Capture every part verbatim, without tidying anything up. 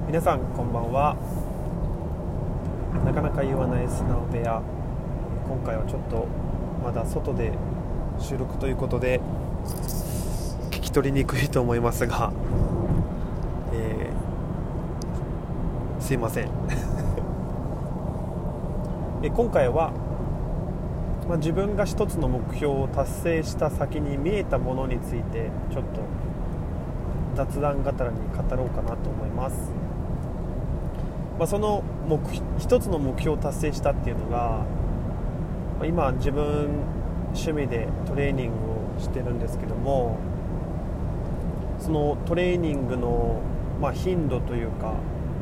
皆さんこんばんは。なかなか言わない素直部屋。今回はちょっとまだ外で収録ということで聞き取りにくいと思いますが、えー、すいませんえ今回は、まあ、自分が一つの目標を達成した先に見えたものについてちょっと雑談がたらに語ろうかなと思います。まあ、その目一つの目標を達成したっていうのが、まあ、今自分趣味でトレーニングをしてるんですけども、そのトレーニングの、まあ、頻度というか、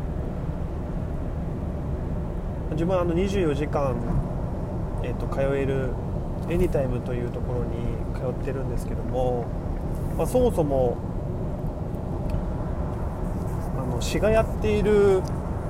自分はあのにじゅうよじかん、えー、と通えるエニタイムというところに通ってるんですけども、まあ、そもそもあの市がやっている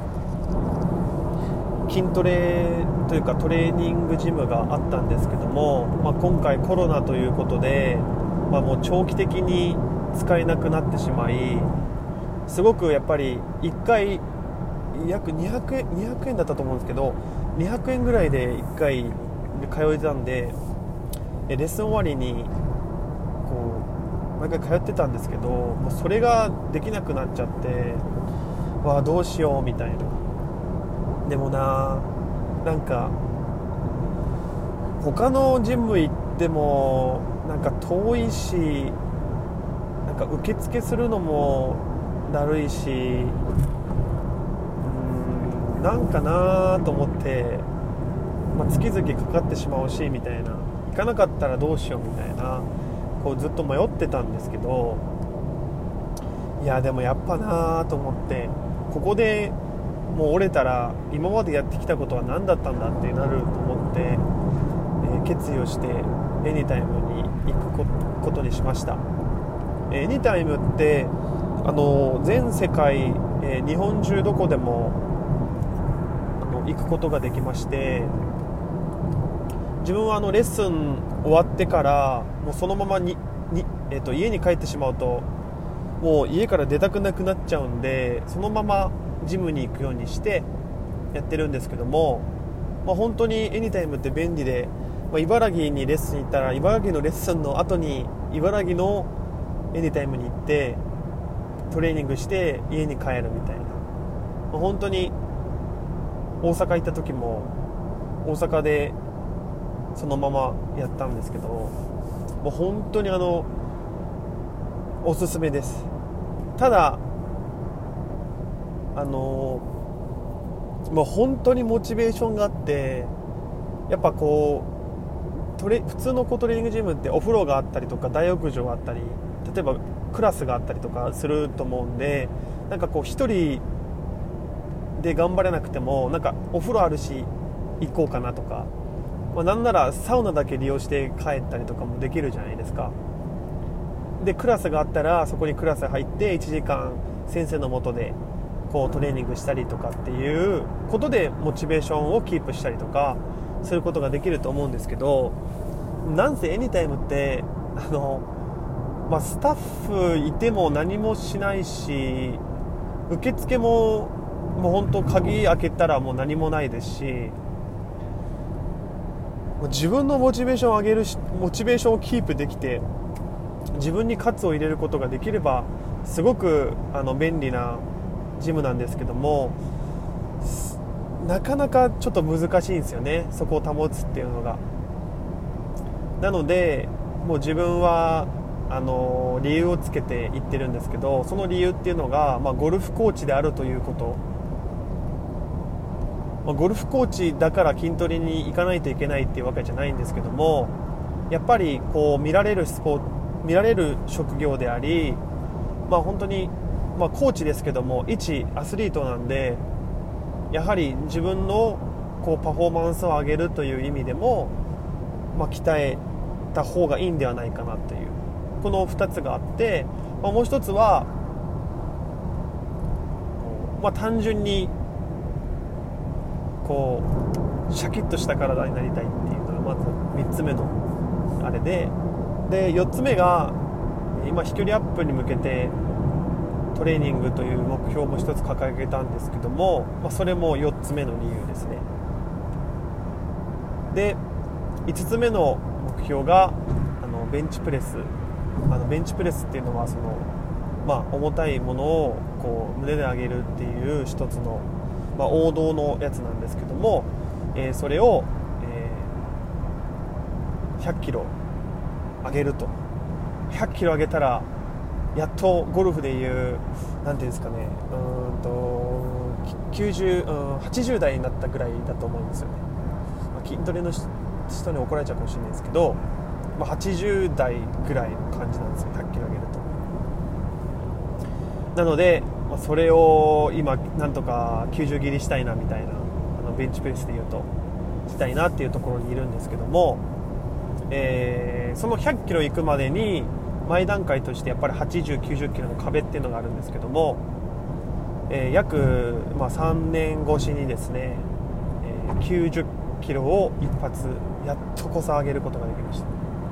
筋トレというかトレーニングジムがあったんですけども、まあ、今回コロナということで、まあ、もう長期的に使えなくなってしまい、すごくやっぱりいっかい約にひゃくえん、にひゃくえんだったと思うんですけど、にひゃくえんぐらいでいっかい通えてたんで、レッスン終わりにこう毎回通ってたんですけど、もうそれができなくなっちゃって、わあどうしようみたいな。でもな、なんか他のジム行ってもなんか遠いし、なんか受付するのもだるいし、うーんなんかなと思って、まあ、月々かかってしまうしみたいな、行かなかったらどうしようみたいな、こうずっと迷ってたんですけど、いやでもやっぱなと思って、ここでもう折れたら今までやってきたことは何だったんだってなると思って、えー、決意をしてエニタイムに行くことにしました。エニタイムってあの全世界、えー、日本中どこでもあの行くことができまして、自分はあのレッスン終わってからもうそのままにに、えー、と家に帰ってしまうともう家から出たくなくなっちゃうんで、そのままジムに行くようにしてやってるんですけども、まあ、本当にエニタイムって便利で、まあ、茨城にレッスン行ったら茨城のレッスンの後に茨城のエニタイムに行ってトレーニングして家に帰るみたいな、まあ、本当に大阪行った時も大阪でそのままやったんですけど、もう本当にあのおすすめです。ただあのもう本当にモチベーションがあって、やっぱこうトレ普通のこうトレーニングジムってお風呂があったりとか大浴場があったり、例えばクラスがあったりとかすると思うんで、なんかこう一人で頑張れなくてもなんかお風呂あるし行こうかなとか、まあ、なんならサウナだけ利用して帰ったりとかもできるじゃないですか。でクラスがあったらそこにクラス入っていちじかん先生の下でこうトレーニングしたりとかっていうことでモチベーションをキープしたりとかすることができると思うんですけど、なんせエニタイムってあの、まあ、スタッフいても何もしないし、受付ももう本当鍵開けたらもう何もないですし、自分のモチベーションを上げるし、モチベーションをキープできて自分に喝を入れることができればすごくあの便利なジムなんですけども、なかなかちょっと難しいんですよね、そこを保つっていうのが。なのでもう自分はあの理由をつけて言ってるんですけど、その理由っていうのが、まあ、ゴルフコーチであるということ、まあ、ゴルフコーチだから筋トレに行かないといけないっていうわけじゃないんですけども、やっぱりこう見られるスポーツ見られる職業であり、まあ本当にまあ、コーチですけども一アスリートなんで、やはり自分のこうパフォーマンスを上げるという意味でも、まあ、鍛えた方がいいんではないかなという、このふたつがあって、まあ、もう一つは、まあ、単純にこうシャキッとした体になりたいっていうのがまずみっつめのあれで、でよっつめが今飛距離アップに向けてトレーニングという目標も一つ掲げたんですけども、まあ、それもよっつめの理由ですね。でいつつめの目標があのベンチプレス。あのベンチプレスっていうのはその、まあ、重たいものをこう胸で上げるっていう一つの、まあ、王道のやつなんですけども、えー、それを、えー、ひゃっキロ上げると。ひゃっキロ上げたらやっとゴルフでいうなんていうんですかね、うーんときゅうじゅう、うん、はちじゅう代になったぐらいだと思うんですよね。まあ、筋トレの人に怒られちゃうかもしれないですけど、まあ、はちじゅう代ぐらいの感じなんですよ、ひゃっキロ上げると。なので、まあ、それを今なんとかきゅうじゅう切りしたいなみたいな、あのベンチプレスでいうとしたいなっていうところにいるんですけども、えー、そのひゃっキロ行くまでに前段階としてやっぱりはちじゅう、きゅうじゅっキロの壁っていうのがあるんですけども、えー、約、まあ、さんねん越しにですね、えー、きゅうじゅっキロを一発やっとこさ上げることができました。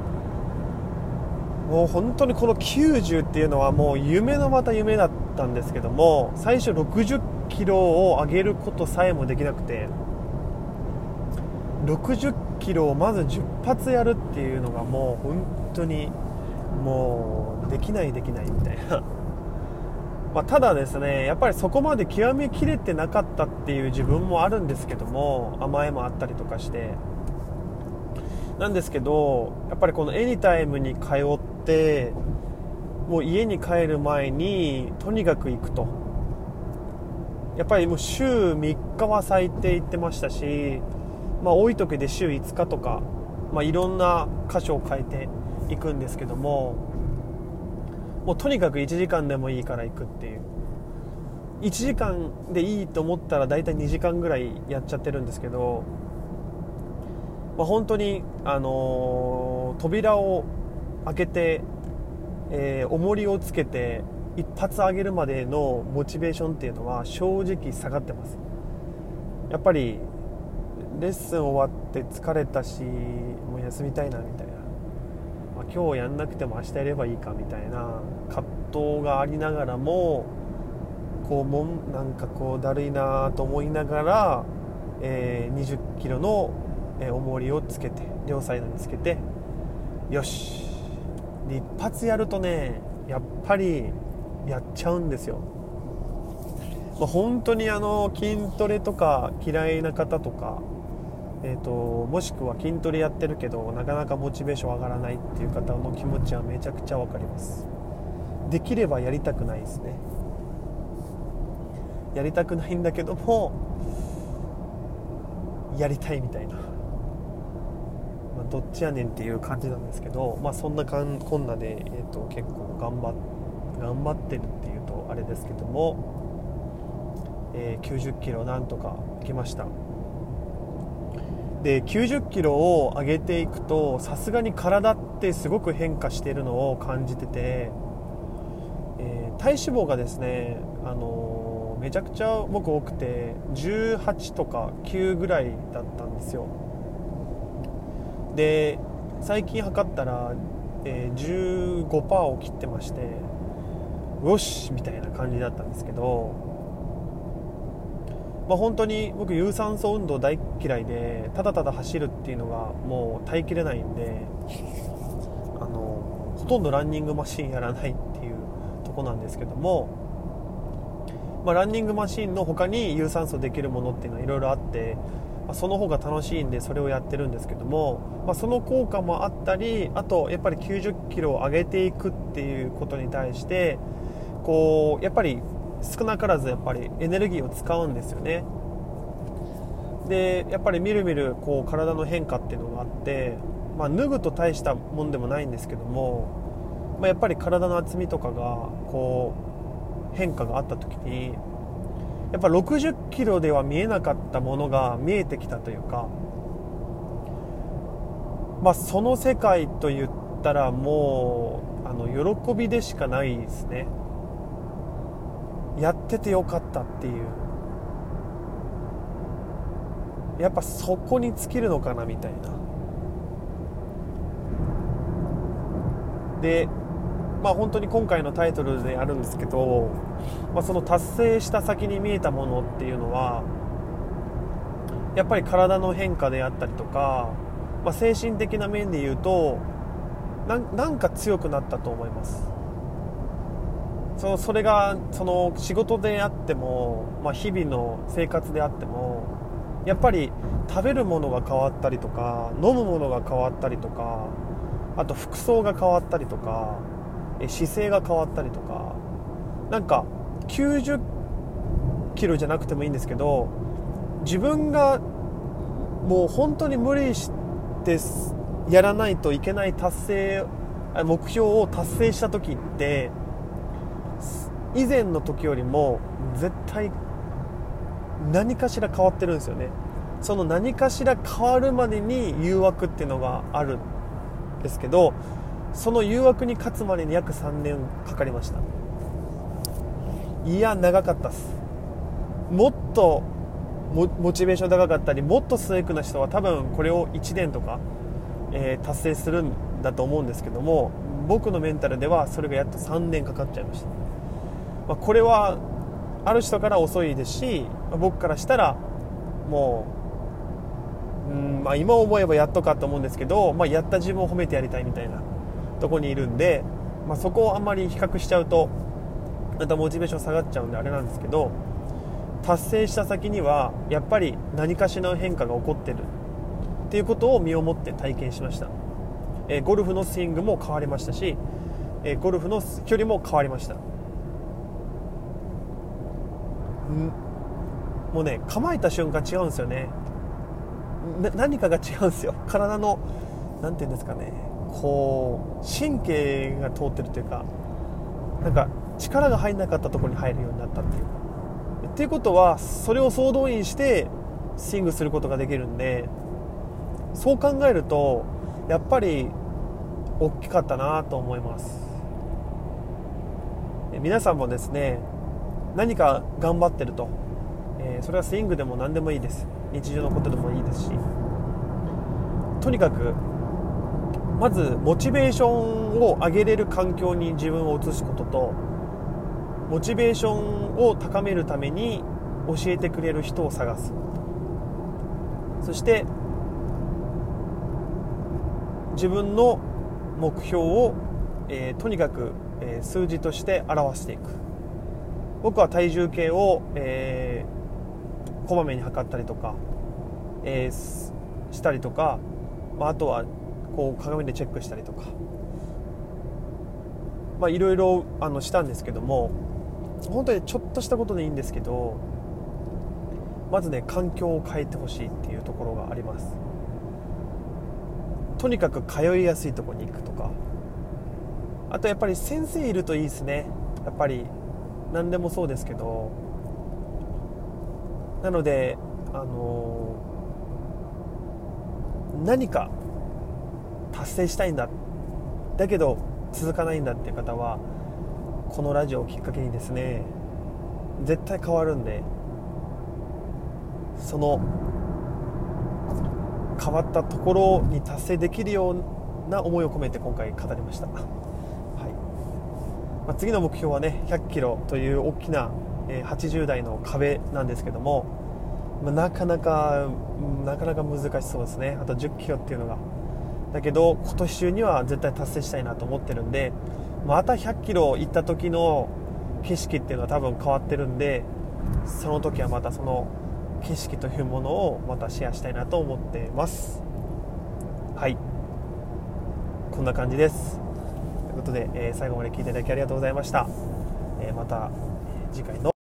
もう本当にこのきゅうじゅうっていうのはもう夢のまた夢だったんですけども、最初ろくじゅっキロを上げることさえもできなくて、ろくじゅっキロをまずじゅっ発やるっていうのがもう本当にもうできないできないみたいなまあただですね、やっぱりそこまで極めきれてなかったっていう自分もあるんですけども、甘えもあったりとかしてなんですけど、やっぱりこのエニタイムに通ってもう家に帰る前にとにかく行くと、やっぱりもう週みっかは最低行ってましたし、まあ多い時で週いつかとか、まあ、いろんな箇所を変えていくんですけども、もうとにかくいちじかんでもいいから行くっていう、いちじかんでいいと思ったらだいたいにじかんぐらいやっちゃってるんですけど、まあ、本当に、あのー、扉を開けて、えー、重りをつけて一発上げるまでのモチベーションっていうのは正直下がってます。やっぱりレッスン終わって疲れたしもう休みたいなみたいな、まあ、今日やんなくても明日やればいいかみたいな葛藤がありながらも、こうもんなんかこうだるいなと思いながら、えー、にじゅっキロの重りをつけて両サイドにつけてよしで一発やるとね、やっぱりやっちゃうんですよ。まあ、本当にあの筋トレとか嫌いな方とか、えーと、もしくは筋トレやってるけどなかなかモチベーション上がらないっていう方の気持ちはめちゃくちゃわかります。できればやりたくないですね。やりたくないんだけどもやりたいみたいな、まあ、どっちやねんっていう感じなんですけど、まあ、そんなかんこんなで、えーと、結構頑張っ頑張ってるっていうとあれですけども、えー、きゅうじゅっキロなんとか行きました。できゅうじゅっキロを上げていくとさすがに体ってすごく変化しているのを感じてて、えー、体脂肪がですね、あのー、めちゃくちゃ僕多くてじゅうはちとかきゅうぐらいだったんですよ。で最近測ったら、えー、じゅうごパーセント を切ってまして、よしみたいな感じだったんですけど、まあ、本当に僕有酸素運動大嫌いで、ただただ走るっていうのがもう耐えきれないんで、あのほとんどランニングマシンやらないっていうとこなんですけども、まあ、ランニングマシンの他に有酸素できるものっていうのはいろいろあって、まあ、その方が楽しいんでそれをやってるんですけども、まあ、その効果もあったり、あとやっぱりきゅうじゅっキロを上げていくっていうことに対してこうやっぱり少なからずやっぱりエネルギーを使うんですよね。でやっぱりみるみるこう体の変化っていうのがあって、まあ、脱ぐと大したもんでもないんですけども、まあ、やっぱり体の厚みとかがこう変化があった時にやっぱろくじゅっキロでは見えなかったものが見えてきたというか、まあ、その世界と言ったらもうあの喜びでしかないですね。やっててよかったっていう、やっぱそこに尽きるのかなみたいな。でまあ本当に今回のタイトルであるんですけど、まあ、その達成した先に見えたものっていうのはやっぱり体の変化であったりとか、まあ、精神的な面で言うとな ん, なんか強くなったと思います。そのそれがその仕事であっても、まあ、日々の生活であってもやっぱり食べるものが変わったりとか飲むものが変わったりとか、あと服装が変わったりとか姿勢が変わったりとか、なんかきゅうじゅっキロじゃなくてもいいんですけど、自分がもう本当に無理してやらないといけない達成目標を達成した時って以前の時よりも絶対何かしら変わってるんですよね。その何かしら変わるまでに誘惑っていうのがあるんですけど、その誘惑に勝つまでに約さんねんかかりました。いや長かったっす。もっとモ, モチベーション高かったりもっとストイックな人は多分これをいちねんとか、えー、達成するんだと思うんですけども、僕のメンタルではそれがやっとさんねんかかっちゃいました。まあ、これはある人から遅いですし、僕からしたらもう、うんまあ、今思えばやっとかと思うんですけど、まあ、やった自分を褒めてやりたいみたいなとこにいるんで、まあ、そこをあんまり比較しちゃうとまたモチベーション下がっちゃうんであれなんですけど、達成した先にはやっぱり何かしらの変化が起こってるっていうことを身をもって体験しました。えー、ゴルフのスイングも変わりましたし、えー、ゴルフの距離も変わりました。んもうね、構えた瞬間違うんですよね。な何かが違うんですよ。体のなんていうんですかね、こう神経が通ってるというか、なんか力が入んなかったところに入るようになったっていうか、っていうことはそれを総動員してスイングすることができるんで、そう考えるとやっぱり大きかったなと思います。皆さんもですね、何か頑張ってると、えー、それはスイングでも何でもいいです。日常のことでもいいですし、とにかくまずモチベーションを上げれる環境に自分を移すことと、モチベーションを高めるために教えてくれる人を探す。そして自分の目標を、えー、とにかく、えー、数字として表していく。僕は体重計を、えー、こまめに測ったりとか、えー、したりとか、まあ、あとはこう鏡でチェックしたりとか、まあいろいろあのしたんですけども、本当にちょっとしたことでいいんですけど、まずね、環境を変えてほしいっていうところがあります。とにかく通いやすいところに行くとか、あとやっぱり先生いるといいですね。やっぱり何でもそうですけど、なのであのー、何か達成したいんだ、だけど続かないんだっていう方はこのラジオをきっかけにですね、絶対変わるんで、その変わったところに達成できるような思いを込めて今回語りました。はい。まあ、次の目標はね、ひゃっキロという大きなはちじゅう代の壁なんですけども、まあ、なかなかなかなか難しそうですね。あとじゅっキロっていうのが、だけど今年中には絶対達成したいなと思ってるんで、またひゃっキロ行った時の景色っていうのは多分変わってるんで、その時はまたその景色というものをまたシェアしたいなと思ってます。はい、こんな感じです。ということで、えー、最後まで聞いていただきありがとうございました。えー、また次回の